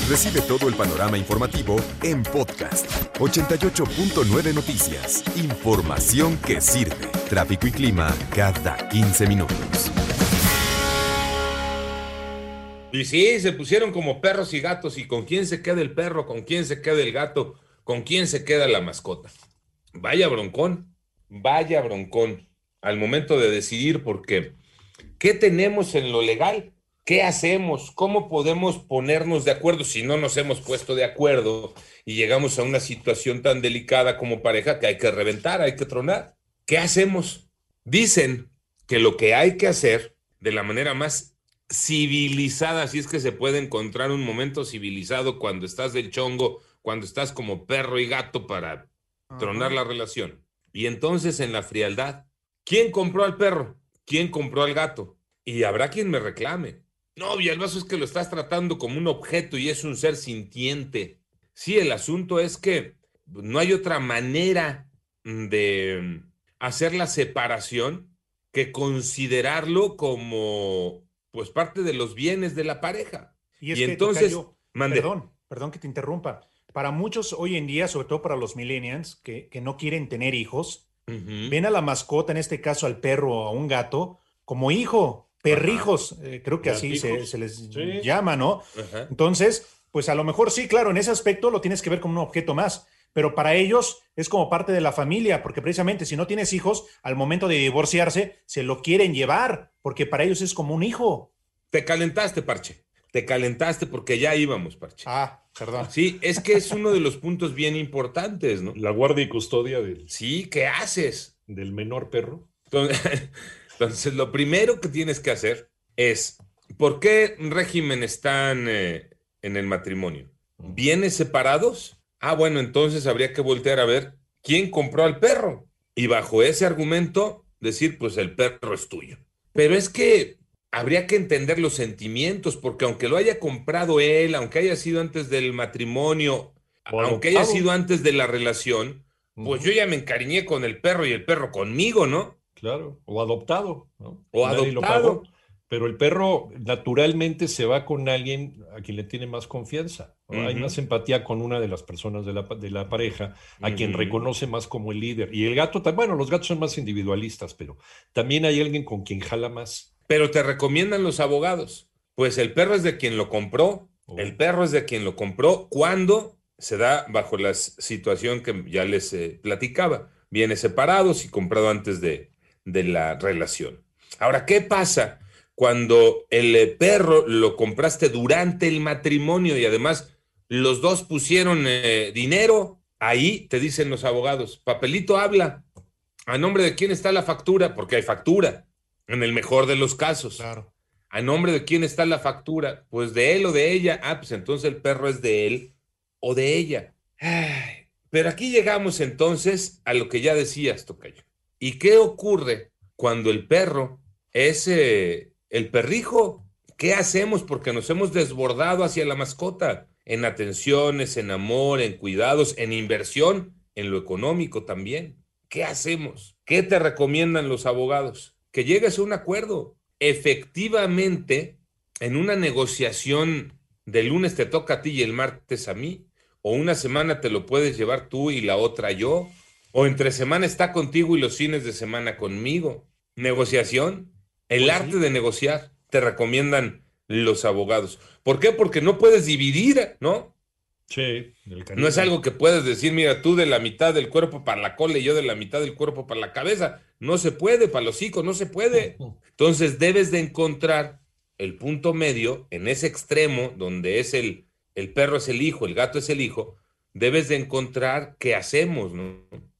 Recibe todo el panorama informativo en podcast. 88.9 Noticias. Información que sirve. Tráfico y clima cada 15 minutos. Y sí, se pusieron como perros y gatos. ¿Y con quién se queda el perro? ¿Con quién se queda el gato? ¿Con quién se queda la mascota? Vaya broncón al momento de decidir, porque ¿qué tenemos en lo legal? ¿Qué hacemos? ¿Cómo podemos ponernos de acuerdo si no nos hemos puesto de acuerdo y llegamos a una situación tan delicada como pareja que hay que reventar, hay que tronar? ¿Qué hacemos? Dicen que lo que hay que hacer de la manera más civilizada, si es que se puede encontrar un momento civilizado cuando estás del chongo, cuando estás como perro y gato para tronar la relación. Y entonces en la frialdad, ¿quién compró al perro? ¿Quién compró al gato? Y habrá quien me reclame. No, Villalbazo, es que lo estás tratando como un objeto y es un ser sintiente. Sí, el asunto es que no hay otra manera de hacer la separación que considerarlo como pues parte de los bienes de la pareja. Y es que, entonces, tocayo, perdón que te interrumpa. Para muchos hoy en día, sobre todo para los millennials que no quieren tener hijos, ven a la mascota, en este caso al perro o a un gato, como hijo. Perrijos, creo que así se les llama, ¿no? Ajá. Entonces, pues a lo mejor sí, claro, en ese aspecto lo tienes que ver como un objeto más, pero para ellos es como parte de la familia, porque precisamente si no tienes hijos, al momento de divorciarse, se lo quieren llevar, porque para ellos es como un hijo. Te calentaste, Parche. Te calentaste porque ya íbamos, Parche. Ah, perdón. Sí, es que es uno de los puntos bien importantes, ¿no? La guardia y custodia del... Sí, ¿qué haces? Del menor perro. Entonces, lo primero que tienes que hacer es, ¿por qué régimen están en el matrimonio? ¿Bienes separados? Ah, bueno, entonces habría que voltear a ver quién compró al perro. Y bajo ese argumento, decir, pues el perro es tuyo. Pero es que habría que entender los sentimientos, porque aunque lo haya comprado él, aunque haya sido antes del matrimonio, aunque haya sido antes de la relación, pues yo ya me encariñé con el perro y el perro conmigo, ¿no? Claro, o adoptado, ¿no? O nadie adoptado. Lo pagó, pero el perro naturalmente se va con alguien a quien le tiene más confianza, ¿no? Hay más empatía con una de las personas de la pareja, a quien reconoce más como el líder. Y el gato, bueno, los gatos son más individualistas, pero también hay alguien con quien jala más. Pero te recomiendan los abogados, pues el perro es de quien lo compró, el perro es de quien lo compró cuando se da bajo la situación que ya les platicaba, bienes separados y comprado antes de la relación. Ahora, ¿qué pasa cuando el perro lo compraste durante el matrimonio y además los dos pusieron dinero? Ahí te dicen los abogados, papelito habla, ¿a nombre de quién está la factura? Porque hay factura, en el mejor de los casos. Claro. ¿A nombre de quién está la factura? Pues de él o de ella. Ah, pues entonces el perro es de él o de ella. Ay, pero aquí llegamos entonces a lo que ya decías, tocayo. ¿Y qué ocurre cuando el perro es el perrijo? ¿Qué hacemos? Porque nos hemos desbordado hacia la mascota, en atenciones, en amor, en cuidados, en inversión, en lo económico también. ¿Qué hacemos? ¿Qué te recomiendan los abogados? Que llegues a un acuerdo. Efectivamente, en una negociación de lunes te toca a ti y el martes a mí, o una semana te lo puedes llevar tú y la otra yo, o entre semana está contigo y los fines de semana conmigo. Negociación, el arte de negociar, te recomiendan los abogados. ¿Por qué? Porque no puedes dividir, ¿no? Sí. No es algo que puedes decir, mira, tú de la mitad del cuerpo para la cola y yo de la mitad del cuerpo para la cabeza. No se puede, para los hocico, no se puede. Entonces debes de encontrar el punto medio en ese extremo donde es el perro es el hijo, el gato es el hijo. Debes de encontrar qué hacemos, ¿no?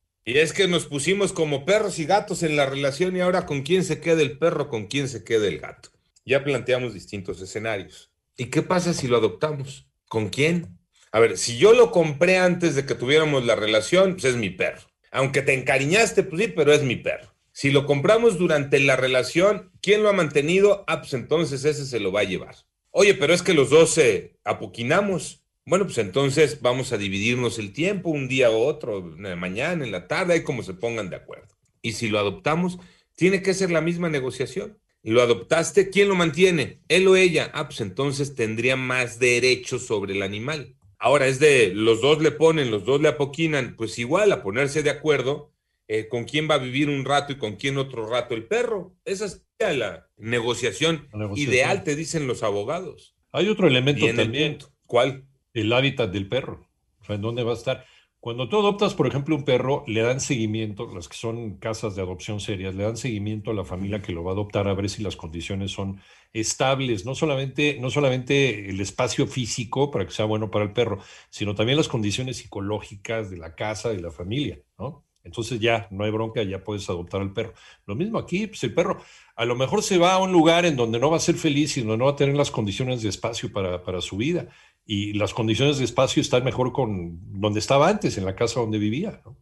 Y es que nos pusimos como perros y gatos en la relación y ahora con quién se queda el perro, con quién se queda el gato. Ya planteamos distintos escenarios. ¿Y qué pasa si lo adoptamos? ¿Con quién? A ver, si yo lo compré antes de que tuviéramos la relación, pues es mi perro. Aunque te encariñaste, pues sí, pero es mi perro. Si lo compramos durante la relación, ¿quién lo ha mantenido? Ah, pues entonces ese se lo va a llevar. Oye, pero es que los dos apoquinamos. Bueno, pues entonces vamos a dividirnos el tiempo, un día u otro, en la mañana, en la tarde, ahí como se pongan de acuerdo. Y si lo adoptamos, tiene que ser la misma negociación. lo adoptaste, ¿quién lo mantiene? ¿Él o ella? Ah, pues entonces tendría más derechos sobre el animal. Ahora es de los dos le ponen, los dos le apoquinan, pues igual a ponerse de acuerdo con quién va a vivir un rato y con quién otro rato el perro. Esa sería la negociación ideal, te dicen los abogados. Hay otro elemento Viene también. el punto. ¿Cuál? El hábitat del perro. O sea, ¿en dónde va a estar? Cuando tú adoptas, por ejemplo, un perro, le dan seguimiento, las que son casas de adopción serias, le dan seguimiento a la familia que lo va a adoptar a ver si las condiciones son estables, no solamente el espacio físico para que sea bueno para el perro, sino también las condiciones psicológicas de la casa, de la familia, ¿no? Entonces ya no hay bronca, ya puedes adoptar al perro. Lo mismo aquí, pues el perro a lo mejor se va a un lugar en donde no va a ser feliz y donde no va a tener las condiciones de espacio para su vida. Y las condiciones de espacio están mejor con donde estaba antes, en la casa donde vivía, ¿no?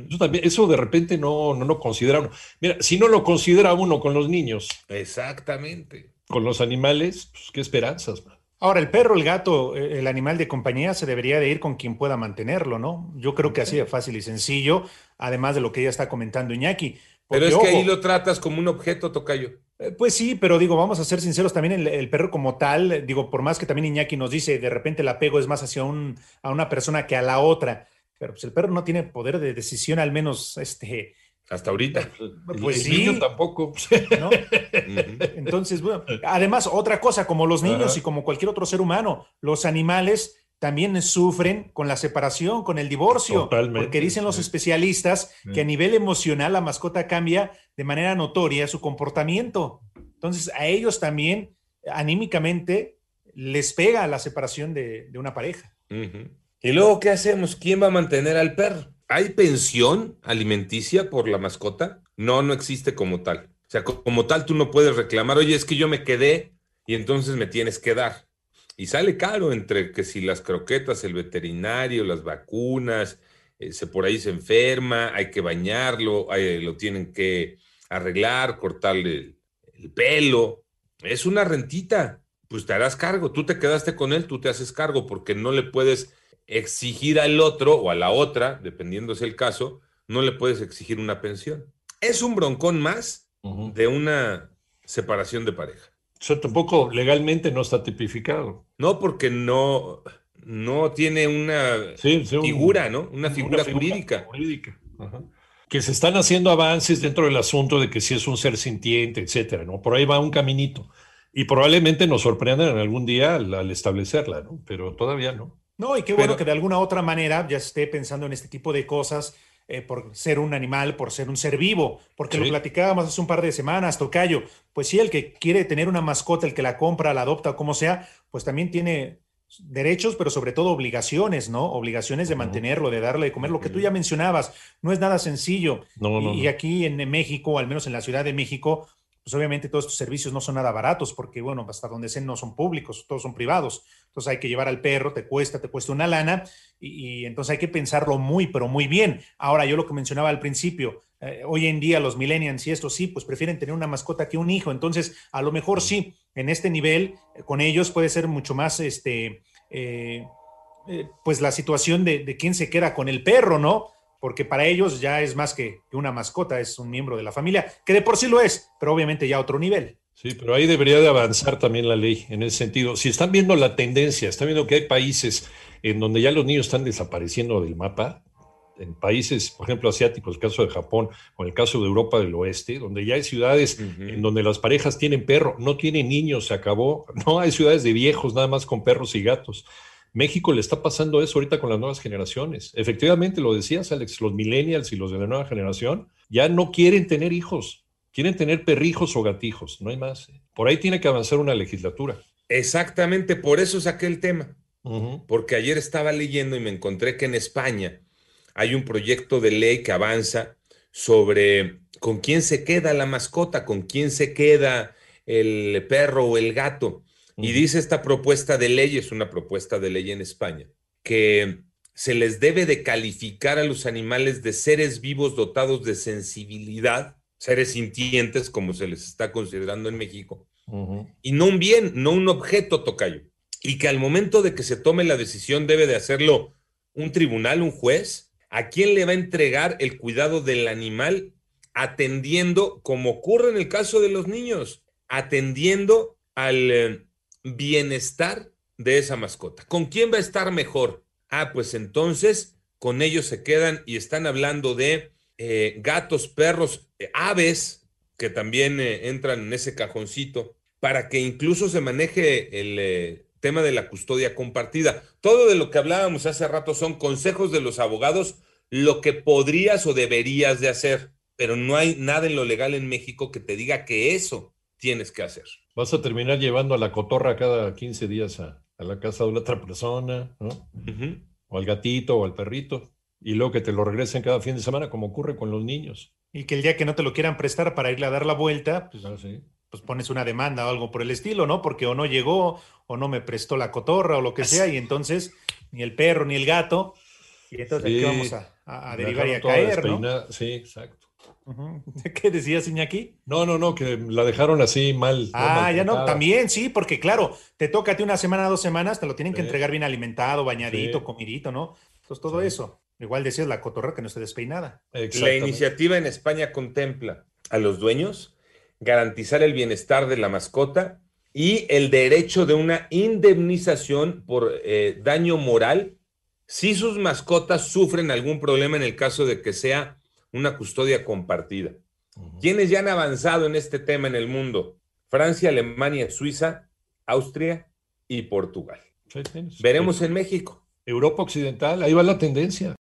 Eso de repente no lo considera uno. Mira, si no lo considera uno con los niños. Exactamente. Con los animales, pues qué esperanzas, man. Ahora, el perro, el gato, el animal de compañía se debería de ir con quien pueda mantenerlo, ¿no? Yo creo que así de fácil y sencillo, además de lo que ella está comentando Iñaki. Pero es que ahí lo tratas como un objeto, tocayo. Pues sí, pero digo, vamos a ser sinceros, también el perro como tal, digo, por más que también Iñaki nos dice, de repente el apego es más hacia a una persona que a la otra, pero pues el perro no tiene poder de decisión, al menos hasta ahorita. Pues el sí. niño tampoco. ¿No? Entonces, bueno, además, otra cosa, como los niños y como cualquier otro ser humano, los animales también sufren con la separación, con el divorcio. Totalmente, porque dicen los especialistas que a nivel emocional la mascota cambia de manera notoria su comportamiento. Entonces, a ellos también, anímicamente, les pega la separación de una pareja. ¿Y luego qué hacemos? ¿Quién va a mantener al perro? ¿Hay pensión alimenticia por la mascota? No existe como tal. O sea, como tal tú no puedes reclamar, oye, es que yo me quedé y entonces me tienes que dar. Y sale caro entre que si las croquetas, el veterinario, las vacunas, por ahí se enferma, hay que bañarlo, lo tienen que arreglar, cortarle el pelo. Es una rentita. Pues te harás cargo. Tú te quedaste con él, tú te haces cargo porque no le puedes exigir al otro o a la otra, dependiendo es el caso, no le puedes exigir una pensión. Es un broncón más de una separación de pareja. O sea, tampoco legalmente no está tipificado. No, porque no tiene una figura, ¿no? Una figura jurídica. Ajá. Que se están haciendo avances dentro del asunto de que si es un ser sintiente, etcétera, ¿no? Por ahí va un caminito. Y probablemente nos sorprendan algún día al establecerla, ¿no? Pero todavía no. No, y qué bueno que de alguna otra manera ya esté pensando en este tipo de cosas por ser un animal, por ser un ser vivo, porque lo platicábamos hace un par de semanas, tocayo. Pues sí, el que quiere tener una mascota, el que la compra, la adopta o como sea, pues también tiene derechos, pero sobre todo obligaciones, ¿no? Obligaciones de mantenerlo, de darle de comer, lo que tú ya mencionabas, no es nada sencillo. Y aquí en México, al menos en la Ciudad de México, pues obviamente todos estos servicios no son nada baratos porque, bueno, hasta donde sé no son públicos, todos son privados. Entonces hay que llevar al perro, te cuesta una lana y entonces hay que pensarlo muy, pero muy bien. Ahora, yo lo que mencionaba al principio, hoy en día los millennials y esto sí, pues prefieren tener una mascota que un hijo. Entonces, a lo mejor sí, en este nivel, con ellos puede ser mucho más, pues la situación de quién se queda con el perro, ¿no? Porque para ellos ya es más que una mascota, es un miembro de la familia, que de por sí lo es, pero obviamente ya a otro nivel. Sí, pero ahí debería de avanzar también la ley en ese sentido. Si están viendo la tendencia, están viendo que hay países en donde ya los niños están desapareciendo del mapa, en países, por ejemplo, asiáticos, el caso de Japón, o el caso de Europa del Oeste, donde ya hay ciudades en donde las parejas tienen perro, no tienen niños, se acabó. No hay ciudades de viejos, nada más con perros y gatos. México le está pasando eso ahorita con las nuevas generaciones. Efectivamente, lo decías, Alex, los millennials y los de la nueva generación ya no quieren tener hijos, quieren tener perrijos o gatijos, no hay más. Por ahí tiene que avanzar una legislatura. Exactamente, por eso saqué el tema. Porque ayer estaba leyendo y me encontré que en España hay un proyecto de ley que avanza sobre con quién se queda la mascota, con quién se queda el perro o el gato. Y dice esta propuesta de ley, es una propuesta de ley en España, que se les debe de calificar a los animales de seres vivos dotados de sensibilidad, seres sintientes, como se les está considerando en México, y no un bien, no un objeto, tocayo. Y que al momento de que se tome la decisión debe de hacerlo un tribunal, un juez, ¿a quién le va a entregar el cuidado del animal atendiendo, como ocurre en el caso de los niños, atendiendo al bienestar de esa mascota. ¿Con quién va a estar mejor? Pues entonces con ellos se quedan y están hablando de gatos, perros, aves, que también entran en ese cajoncito, para que incluso se maneje el tema de la custodia compartida. Todo de lo que hablábamos hace rato son consejos de los abogados, lo que podrías o deberías de hacer, pero no hay nada en lo legal en México que te diga que eso tienes que hacer. Vas a terminar llevando a la cotorra cada 15 días a la casa de la otra persona, ¿no? O al gatito o al perrito, y luego que te lo regresen cada fin de semana, como ocurre con los niños. Y que el día que no te lo quieran prestar para irle a dar la vuelta, pues, Sí. pues pones una demanda o algo por el estilo, ¿no? Porque o no llegó, o no me prestó la cotorra, o lo que sea, y entonces ni el perro ni el gato, y entonces aquí vamos a derivar y a caer, ¿no? Sí, exacto. ¿Qué decías, Iñaki? No, que la dejaron así mal. Ya no, también sí, porque claro, te toca a ti una semana, 2 semanas, te lo tienen que entregar bien alimentado, bañadito, comidito, ¿no? Entonces todo eso. Igual decías la cotorra que no esté despeinada. La iniciativa en España contempla a los dueños garantizar el bienestar de la mascota y el derecho de una indemnización por daño moral si sus mascotas sufren algún problema en el caso de que sea una custodia compartida. ¿Quiénes ya han avanzado en este tema en el mundo? Francia, Alemania, Suiza, Austria y Portugal. Veremos en México. Europa Occidental, ahí va la tendencia.